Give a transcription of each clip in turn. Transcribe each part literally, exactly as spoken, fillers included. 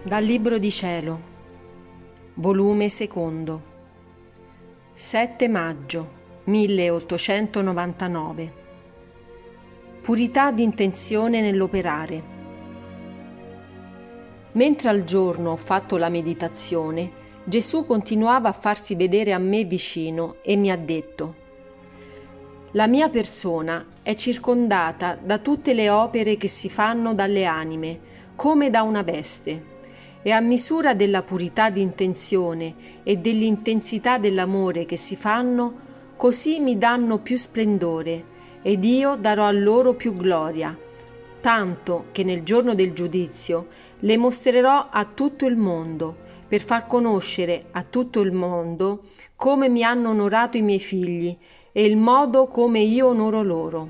Dal Libro di Cielo, volume secondo, sette maggio milleottocentonovantanove. Purità di intenzione nell'operare. Mentre al giorno ho fatto la meditazione, Gesù continuava a farsi vedere a me vicino e mi ha detto: la mia persona è circondata da tutte le opere che si fanno dalle anime, come da una veste. E a misura della purità di intenzione e dell'intensità dell'amore che si fanno, così mi danno più splendore, ed io darò a loro più gloria, tanto che nel giorno del giudizio le mostrerò a tutto il mondo, per far conoscere a tutto il mondo come mi hanno onorato i miei figli e il modo come io onoro loro.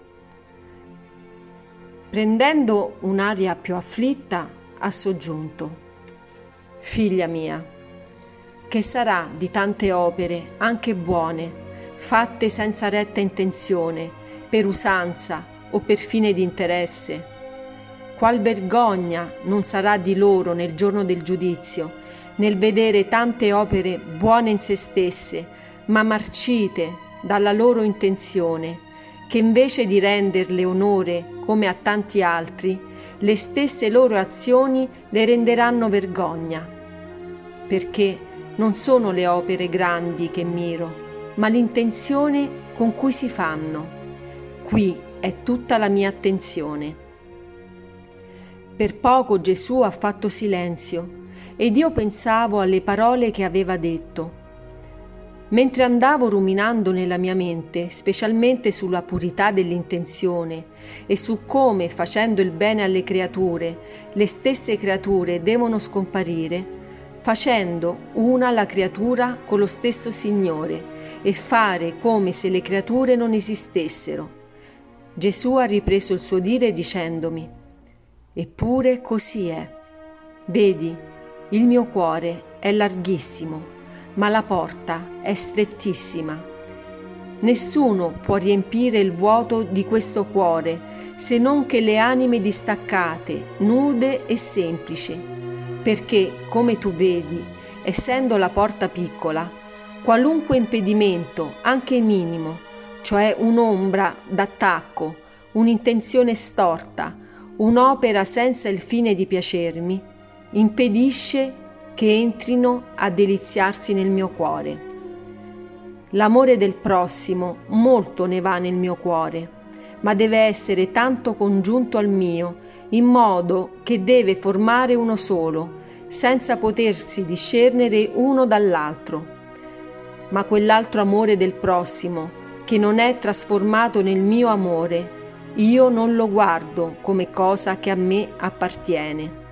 Prendendo un'aria più afflitta, ha soggiunto: figlia mia, che sarà di tante opere, anche buone, fatte senza retta intenzione, per usanza o per fine di interesse? Qual vergogna non sarà di loro nel giorno del giudizio, nel vedere tante opere buone in se stesse, ma marcite dalla loro intenzione, che invece di renderle onore come a tanti altri, le stesse loro azioni le renderanno vergogna, perché non sono le opere grandi che miro, ma l'intenzione con cui si fanno. Qui è tutta la mia attenzione. Per poco Gesù ha fatto silenzio ed io pensavo alle parole che aveva detto. Mentre andavo ruminando nella mia mente, specialmente sulla purità dell'intenzione e su come, facendo il bene alle creature, le stesse creature devono scomparire, facendo una la creatura con lo stesso Signore e fare come se le creature non esistessero, Gesù ha ripreso il suo dire dicendomi: eppure così è. Vedi, il mio cuore è larghissimo, ma la porta è strettissima. Nessuno può riempire il vuoto di questo cuore se non che le anime distaccate, nude e semplici, perché, come tu vedi, essendo la porta piccola, qualunque impedimento, anche minimo, cioè un'ombra d'attacco, un'intenzione storta, un'opera senza il fine di piacermi, impedisce che entrino a deliziarsi nel mio cuore. L'amore del prossimo molto ne va nel mio cuore, ma deve essere tanto congiunto al mio, in modo che deve formare uno solo, senza potersi discernere uno dall'altro. Ma quell'altro amore del prossimo, che non è trasformato nel mio amore, io non lo guardo come cosa che a me appartiene.